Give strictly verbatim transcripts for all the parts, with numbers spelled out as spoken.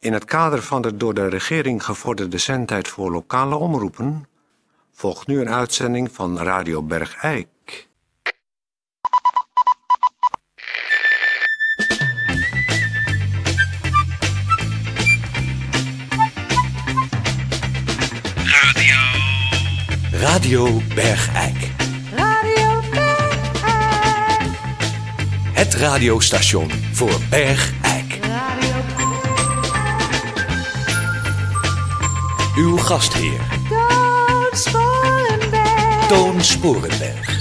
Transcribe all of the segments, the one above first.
In het kader van de door de regering gevorderde zendtijd voor lokale omroepen volgt nu een uitzending van Radio Bergijk. Radio. Radio Bergijk. Radio Bergijk. Het radiostation voor Bergijk. Radio. Uw gastheer. Toon Sporenberg. Toon Sporenberg.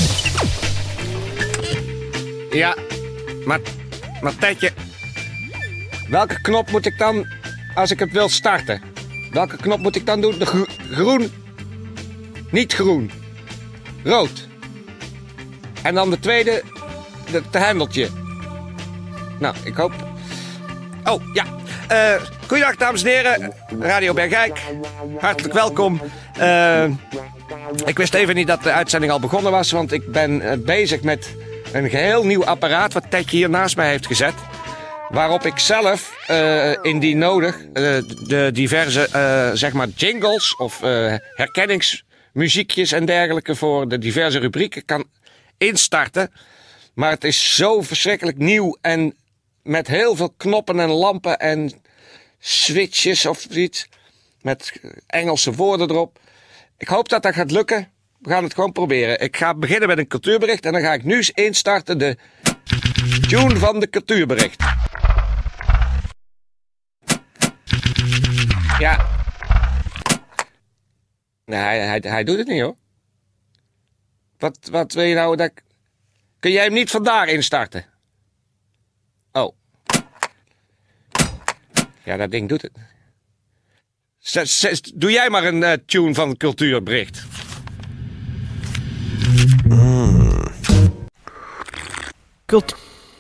Ja, maar, maar Tetje, welke knop moet ik dan als ik het wil starten? Welke knop moet ik dan doen? De gro- groen? Niet groen. Rood. En dan de tweede, de, de hendeltje. Nou, ik hoop... Oh, ja. Uh, goeiedag, dames en heren. Radio Bergijk. Hartelijk welkom. Uh, ik wist even niet dat de uitzending al begonnen was, want ik ben uh, bezig met een geheel nieuw apparaat wat Tetje hier naast mij heeft gezet. Waarop ik zelf, uh, indien nodig, uh, de diverse uh, zeg maar jingles of uh, herkenningsmuziekjes en dergelijke voor de diverse rubrieken kan instarten. Maar het is zo verschrikkelijk nieuw en met heel veel knoppen en lampen en switches of iets. Met Engelse woorden erop. Ik hoop dat dat gaat lukken. We gaan het gewoon proberen. Ik ga beginnen met een cultuurbericht en dan ga ik nu eens instarten de tune van de cultuurbericht. Ja. Nee, hij, hij, hij doet het niet, hoor. Wat, wat wil je nou? Dat... Kun jij hem niet vandaar instarten? Oh. Ja, dat ding doet het. Zes, zes, doe jij maar een uh, tune van het cultuurbericht. Mm. Cultuur.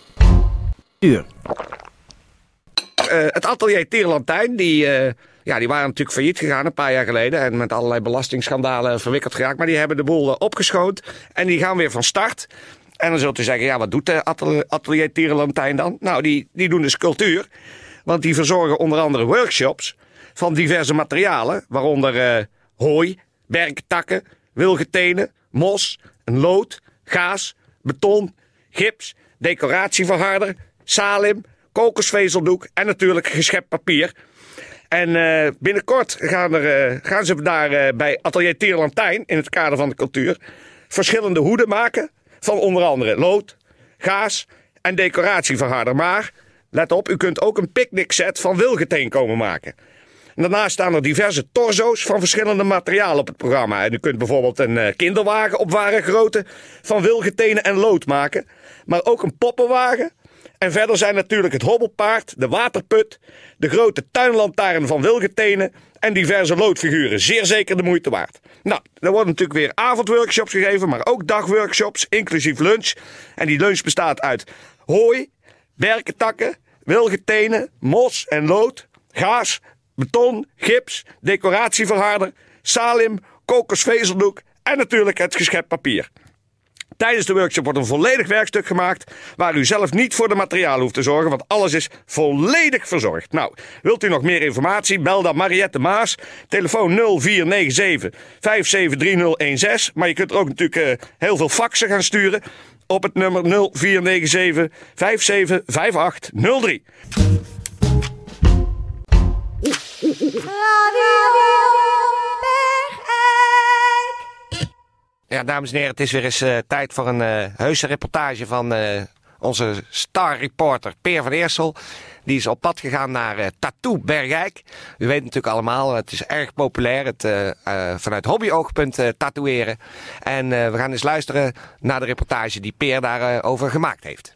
Uh, het atelier Tierlantijn, die, uh, ja, die waren natuurlijk failliet gegaan een paar jaar geleden. En met allerlei belastingschandalen verwikkeld geraakt. Maar die hebben de boel uh, opgeschoond. En die gaan weer van start. En dan zult u zeggen, ja, wat doet de atelier Tierlantijn dan? Nou, die, die doen dus cultuur. Want die verzorgen onder andere workshops van diverse materialen. Waaronder uh, hooi, berkentakken, wilgetenen, mos, een lood, gaas, beton, gips, decoratieverharder, salim, kokosvezeldoek en natuurlijk geschept papier. En uh, binnenkort gaan, er, uh, gaan ze daar uh, bij atelier Tierlantijn in het kader van de cultuur verschillende hoeden maken van onder andere lood, gaas en decoratieverharder. Maar let op, u kunt ook een picknickset van wilgeteen komen maken. En daarnaast staan er diverse torso's van verschillende materialen op het programma. En u kunt bijvoorbeeld een uh, kinderwagen op ware grootte van wilgetenen en lood maken. Maar ook een poppenwagen. En verder zijn natuurlijk het hobbelpaard, de waterput, de grote tuinlantaarn van wilgetenen en diverse loodfiguren. Zeer zeker de moeite waard. Nou, er worden natuurlijk weer avondworkshops gegeven, maar ook dagworkshops, inclusief lunch. En die lunch bestaat uit hooi, berkentakken, wilgetenen, mos en lood, gaas, beton, gips, decoratieverharder, salim, kokosvezeldoek en natuurlijk het geschept papier. Tijdens de workshop wordt een volledig werkstuk gemaakt waar u zelf niet voor de materialen hoeft te zorgen, want alles is volledig verzorgd. Nou, wilt u nog meer informatie? Bel dan Mariette Maas, telefoon nul vier negen zeven vijf zeven drie nul een zes. Maar je kunt er ook natuurlijk uh, heel veel faxen gaan sturen op het nummer nul vier negen zeven vijf zeven vijf acht nul drie. Ja, dames en heren, het is weer eens uh, tijd voor een uh, heuse reportage van uh, onze star-reporter Peer van Eersel. Die is op pad gegaan naar uh, Tattoo Bergijk. U weet natuurlijk allemaal, het is erg populair, het uh, uh, vanuit hobbyoogpunt uh, tatoeëren. En uh, we gaan eens luisteren naar de reportage die Peer daarover uh, gemaakt heeft.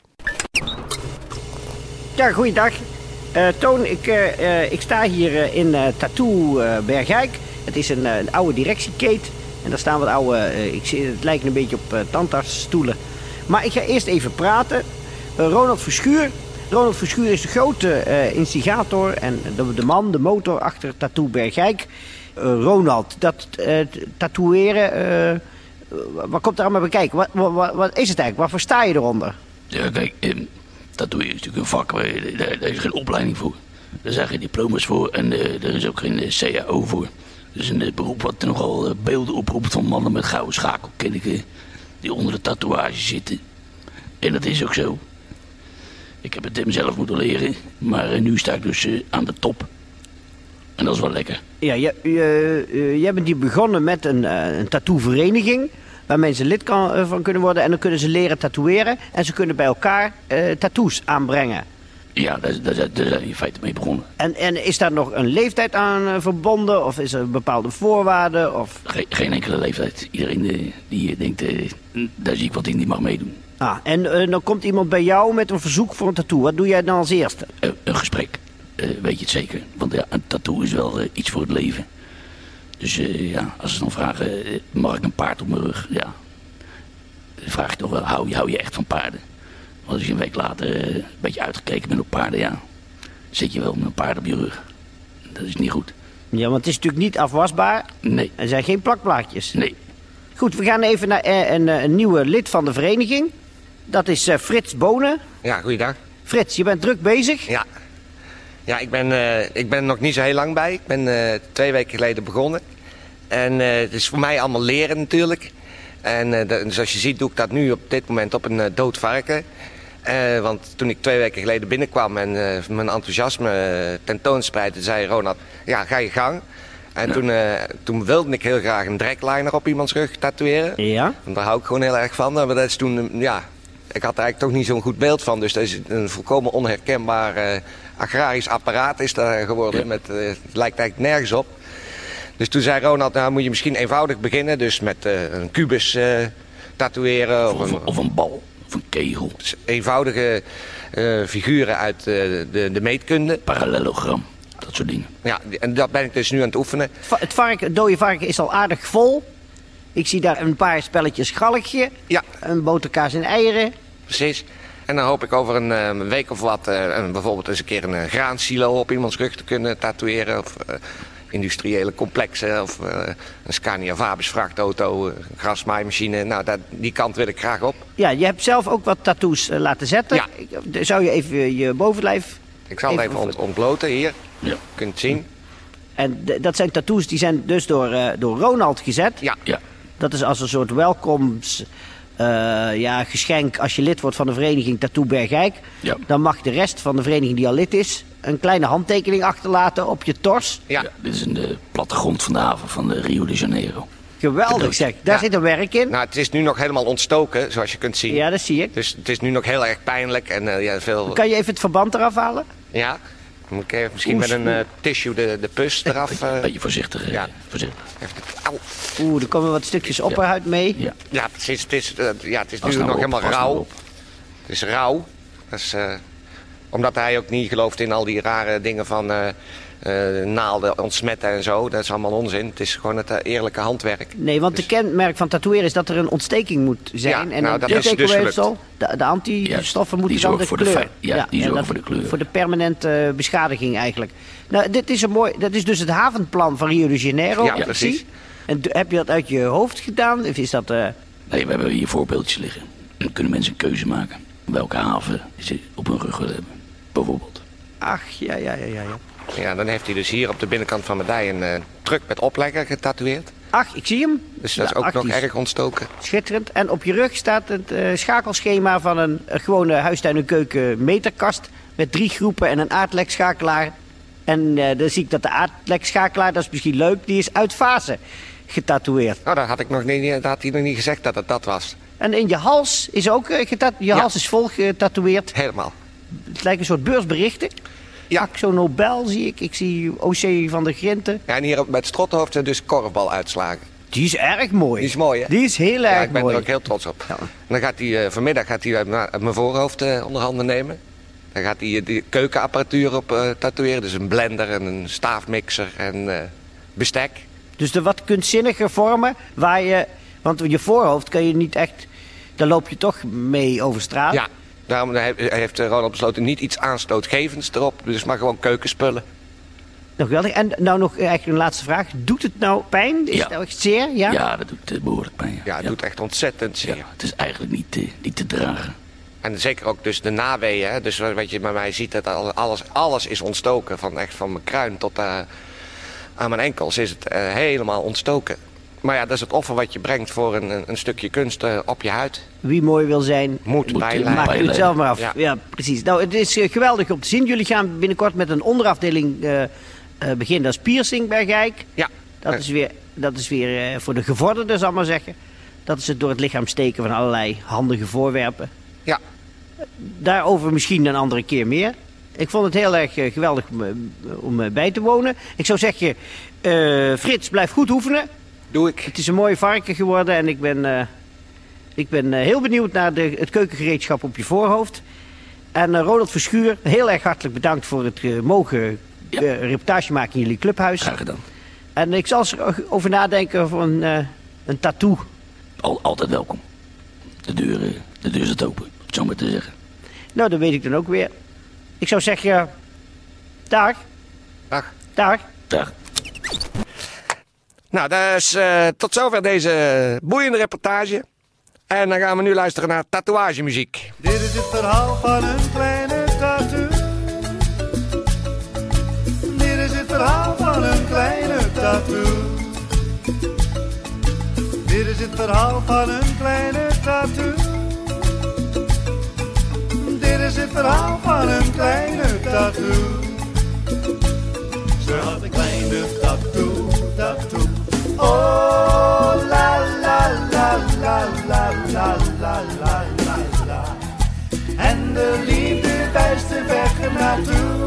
Ja, goeiedag. Uh, Toon, ik, uh, uh, ik sta hier uh, in uh, Tattoo uh, Bergijk. Het is een, uh, een oude directiekate. En daar staan wat oude, uh, ik zie, het lijkt een beetje op uh, tandartsstoelen. Maar ik ga eerst even praten. Uh, Ronald Verschuur. Ronald Verschuur is de grote uh, instigator en de, de man, de motor achter Tattoo Bergijk. Uh, Ronald, dat uh, tatoeëren, uh, wat komt er allemaal bij kijken? Wat, wat, wat is het eigenlijk? Wat versta je eronder? Ja, kijk, eh, tatoeëren is natuurlijk een vak, waar, daar, daar is geen opleiding voor. Daar zijn geen diploma's voor en uh, er is ook geen uh, C A O voor. Dus een uh, beroep wat nogal uh, beelden oproept van mannen met gouden schakelkenniken die onder de tatoeage zitten. En dat is ook zo. Ik heb het hem zelf moeten leren, maar uh, nu sta ik dus uh, aan de top. En dat is wel lekker. Ja, je, je, uh, jij bent hier begonnen met een, uh, een tattoovereniging waar mensen lid kan, uh, van kunnen worden en dan kunnen ze leren tatoeëren en ze kunnen bij elkaar uh, tattoos aanbrengen. Ja, daar, daar, daar zijn we in feite mee begonnen. En, en is daar nog een leeftijd aan uh, verbonden of is er bepaalde voorwaarden? Of... Ge- geen enkele leeftijd. Iedereen uh, die uh, denkt, uh, daar zie ik wat in, die mag meedoen. Ah, en uh, dan komt iemand bij jou met een verzoek voor een tattoo. Wat doe jij dan als eerste? Uh, een gesprek, uh, weet je het zeker. Want ja, een tattoo is wel uh, iets voor het leven. Dus uh, ja, als ze dan vragen, uh, mag ik een paard op mijn rug? Ja, dan vraag ik toch wel, hou je, hou je echt van paarden? Want als je een week later uh, een beetje uitgekeken bent op paarden, ja, zit je wel met een paard op je rug. Dat is niet goed. Ja, want het is natuurlijk niet afwasbaar. Nee. Er zijn geen plakplaatjes. Nee. Goed, we gaan even naar uh, een, uh, een nieuwe lid van de vereniging. Dat is uh, Frits Bonen. Ja, goeiedag. Frits, je bent druk bezig. Ja, ja ik, ben, uh, ik ben er nog niet zo heel lang bij. Ik ben uh, twee weken geleden begonnen. En uh, het is voor mij allemaal leren natuurlijk. En uh, de, zoals je ziet doe ik dat nu op dit moment op een uh, dood varken. Uh, want toen ik twee weken geleden binnenkwam en uh, mijn enthousiasme uh, tentoonspreidde, zei Ronald, ja, ga je gang. En ja. toen, uh, toen wilde ik heel graag een drekliner op iemands rug tatoeëren. Ja. Want daar hou ik gewoon heel erg van. Maar dat is toen, uh, ja, ik had er eigenlijk toch niet zo'n goed beeld van. Dus dat is een volkomen onherkenbaar uh, agrarisch apparaat is dat geworden. Ja. Met, uh, het lijkt eigenlijk nergens op. Dus toen zei Ronald, nou moet je misschien eenvoudig beginnen. Dus met uh, een kubus uh, tatoeëren. Of, of, een, of een bal, of een kegel. Dus eenvoudige uh, figuren uit uh, de, de meetkunde. Parallelogram, dat soort dingen. Ja, en dat ben ik dus nu aan het oefenen. Het, varken, het dode varken is al aardig vol. Ik zie daar een paar spelletjes galgje. Ja. Een boterkaas en eieren. Precies. En dan hoop ik over een uh, week of wat uh, bijvoorbeeld eens een keer een uh, graansilo op iemands rug te kunnen tatoeëren. Of uh, industriële complexen. Of uh, een Scania Vabis vrachtauto, een grasmaaimachine. Nou, dat, die kant wil ik graag op. Ja, je hebt zelf ook wat tattoos uh, laten zetten. Ja. Zou je even je bovenlijf... Ik zal het even, even ont- ontbloten hier. Ja. Je kunt het zien. En d- dat zijn tattoos die zijn dus door, uh, door Ronald gezet. Ja. Ja. Dat is als een soort welkoms... Uh, ja, geschenk als je lid wordt van de vereniging Tattoo Bergijk. Ja. Dan mag de rest van de vereniging die al lid is een kleine handtekening achterlaten op je tors. Ja. Ja, dit is een uh, plattegrond van de haven van de Rio de Janeiro. Geweldig zeg, daar Ja. zit een werk in. Nou, het is nu nog helemaal ontstoken, zoals je kunt zien. Ja, dat zie ik. Dus het is nu nog heel erg pijnlijk en uh, ja, veel... Kan je even het verband eraf halen? Ja. Dan moet ik even misschien Oeh, met een uh, tissue de, de pus eraf... Beetje, Uh, beetje voorzichtig. Uh, ja. voorzichtig. even het, au. Oeh, er komen wat stukjes opperhuid mee. Ja. Ja, precies. Het is, uh, ja, het is Pas nu nou nog op, helemaal pas nou rauw. op. Het is rauw. Dat is, uh, omdat hij ook niet gelooft in al die rare dingen van uh, uh, naalden ontsmetten en zo. Dat is allemaal onzin. Het is gewoon het uh, eerlijke handwerk. Nee, want Dus- de kenmerk van tatoeëren is dat er een ontsteking moet zijn. Ja, en nou, dan dat is dus tekenweefsel, de, de antistoffen Ja, moeten die dan de zorgen voor de kleur. feit- ja, die en zorgen dat- voor de kleur. Voor de permanente uh, beschadiging eigenlijk. Nou, dit is een mooi, dat is dus het havenplan van Rio de Janeiro. Ja, ik precies. zie. En d- heb je dat uit je hoofd gedaan? Of is dat... Uh... Nee, we hebben hier voorbeeldjes liggen. En dan kunnen mensen een keuze maken. Welke haven ze op hun rug willen hebben. Bijvoorbeeld. Ach, ja, ja, ja, ja. ja. Ja, dan heeft hij dus hier op de binnenkant van mijn dij een uh, truck met oplegger getatoeëerd. Ach, ik zie hem. Dus dat is Ja, ook ach, nog die is erg ontstoken. Schitterend. En op je rug staat het uh, schakelschema van een uh, gewone huistuin- en keuken meterkast. Met drie groepen en een aardlekschakelaar. En uh, dan zie ik dat de aardlekschakelaar, dat is misschien leuk, die is uit fase getatoeëerd. Nou, dat had, ik nog niet, dat had hij nog niet gezegd dat het dat was. En in je hals is ook uh, getatoeëerd. Je Ja. hals is vol getatoeëerd. Helemaal. Het lijkt een soort beursberichten. Ja. Axo Nobel zie ik. Ik zie O C van der Grinten. Ja, en hier op- met het strothoofd zijn dus korfbaluitslagen. Die is erg mooi. Die is mooi, hè? Die is heel Ja, erg ik ben mooi. er ook heel trots op. Ja. En dan gaat hij uh, vanmiddag gaat hij uit, mijn- uit mijn voorhoofd uh, onder handen nemen. Dan gaat hij uh, de keukenapparatuur op uh, tatoeëren. Dus een blender en een staafmixer en uh, bestek. Dus de wat kunstzinnige vormen waar je... Want je voorhoofd kan je niet echt... Daar loop je toch mee over straat. Ja, daarom he- heeft uh, Ronald besloten niet iets aanstootgevends erop. Dus maar gewoon keukenspullen. Nog geweldig. En nou nog eigenlijk een laatste vraag. Doet het nou pijn? Is Ja. het nou echt zeer? Ja? Ja, dat doet uh, behoorlijk pijn. Ja, het doet echt ontzettend zeer. Ja, het is eigenlijk niet, uh, niet te dragen. En zeker ook dus de naweeën. Hè? Dus wat je bij mij ziet, dat alles, alles is ontstoken. Van, echt van mijn kruin tot uh, aan mijn enkels is het uh, helemaal ontstoken. Maar ja, dat is het offer wat je brengt voor een, een, een stukje kunst uh, op je huid. Wie mooi wil zijn, Moet, Moet bijlijden. maak je het zelf maar af. Ja, Ja. precies. Nou, het is uh, geweldig om te zien. Jullie gaan binnenkort met een onderafdeling uh, uh, beginnen. Dat is piercing bij Gijk. Ja. Dat is weer, dat is weer uh, voor de gevorderden, zal ik maar zeggen. Dat is het door het lichaam steken van allerlei handige voorwerpen. Ja. Daarover misschien een andere keer meer. Ik vond het heel erg uh, geweldig om, uh, om uh, bij te wonen. Ik zou zeggen, uh, Frits, blijf goed oefenen. Doe ik. Het is een mooie varken geworden en ik ben, uh, ik ben uh, heel benieuwd naar de, het keukengereedschap op je voorhoofd. En uh, Ronald Verschuur, heel erg hartelijk bedankt voor het uh, mogen Ja. uh, reportage maken in jullie clubhuis. Graag gedaan. En ik zal erover nadenken voor een, uh, een tattoo. Al, altijd welkom. De deur, eh, de deur staat open, om het zo maar te zeggen. Nou, dat weet ik dan ook weer. Ik zou zeggen, dag, Dag. dag. Dag. Nou, dus, uh, tot zover deze boeiende reportage. En dan gaan we nu luisteren naar tatoeagemuziek. Dit is het verhaal van een kleine tattoo. Dit is het verhaal van een kleine tattoo. Dit is het verhaal van een kleine tattoo. Dit is het verhaal van een kleine tattoo. Ze had een kleine tattoo, tattoo. Oh, la la la la la la la la la la. En de liefde wijst de weg ernaartoe.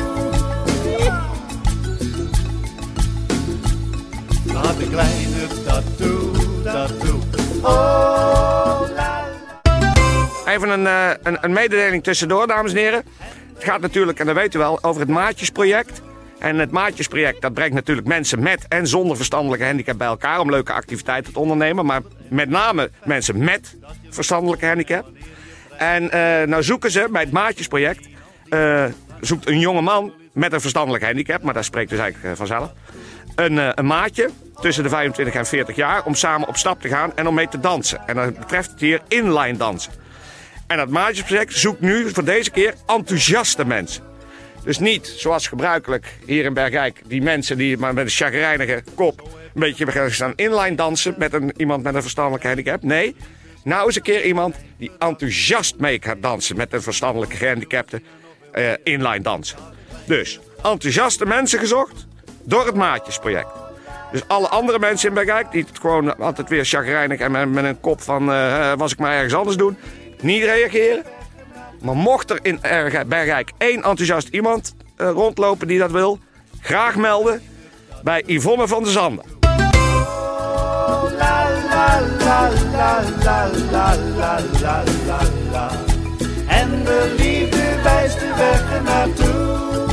Ze had een kleine tattoo, tattoo. Oh, la la. Even een, uh, een, een mededeling tussendoor, dames en heren. Het gaat natuurlijk, en dat weet u wel, over het Maatjesproject. En het Maatjesproject, dat brengt natuurlijk mensen met en zonder verstandelijke handicap bij elkaar om leuke activiteiten te ondernemen. Maar met name mensen met verstandelijke handicap. En uh, nou zoeken ze bij het Maatjesproject, uh, zoekt een jonge man met een verstandelijke handicap, maar dat spreekt dus eigenlijk uh, vanzelf. Een, uh, een maatje tussen de vijfentwintig en veertig jaar om samen op stap te gaan en om mee te dansen. En dat betreft het hier inline dansen. En dat Maatjesproject zoekt nu voor deze keer enthousiaste mensen. Dus niet, zoals gebruikelijk hier in Bergijk, die mensen die maar met een chagrijnige kop een beetje gaan staan inline dansen met een, iemand met een verstandelijke handicap. Nee, nou is een keer iemand die enthousiast mee gaat dansen met een verstandelijke gehandicapte uh, inline dansen. Dus, enthousiaste mensen gezocht door het Maatjesproject. Dus alle andere mensen in Bergijk, die het gewoon altijd weer chagrijnig en met, met een kop van uh, was ik maar ergens anders doen, niet reageren. Maar mocht er in Bergijk één enthousiast iemand uh, rondlopen die dat wil, graag melden bij Yvonne van der Zanden. Oh, la la la la la la la la la la. En de liefde wijst de weg ernaartoe.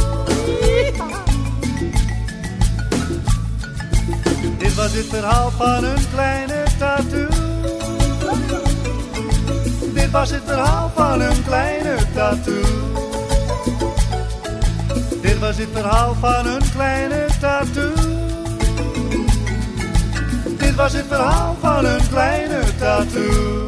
Dit was het verhaal van een kleine tattoo. Dit was het verhaal van een kleine tattoo. Dit was het verhaal van een kleine tattoo. Dit was het verhaal van een kleine tattoo.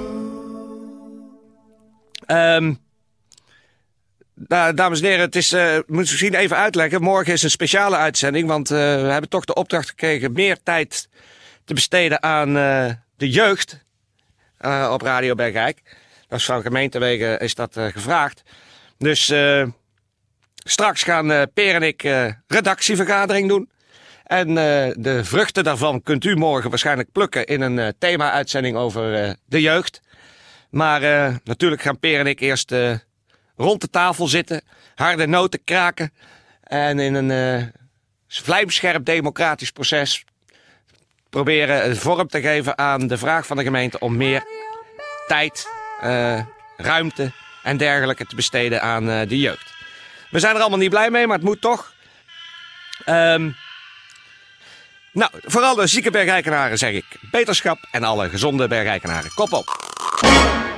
Um, nou, dames en heren, het is, uh, moet ik misschien even uitleggen. Morgen is een speciale uitzending, want uh, we hebben toch de opdracht gekregen meer tijd te besteden aan uh, de jeugd uh, op Radio Bergijk. Dat is van gemeentewegen is dat uh, gevraagd. Dus uh, straks gaan uh, Peer en ik uh, redactievergadering doen. En uh, de vruchten daarvan kunt u morgen waarschijnlijk plukken in een uh, thema-uitzending over uh, de jeugd. Maar uh, natuurlijk gaan Peer en ik eerst uh, rond de tafel zitten, harde noten kraken en in een uh, vlijmscherp democratisch proces proberen vorm te geven aan de vraag van de gemeente om meer tijd, uh, ruimte en dergelijke te besteden aan uh, de jeugd. We zijn er allemaal niet blij mee, maar het moet toch. Um, nou, vooral de zieke Bergijkenaren zeg ik beterschap en alle gezonde Bergijkenaren. Kop op!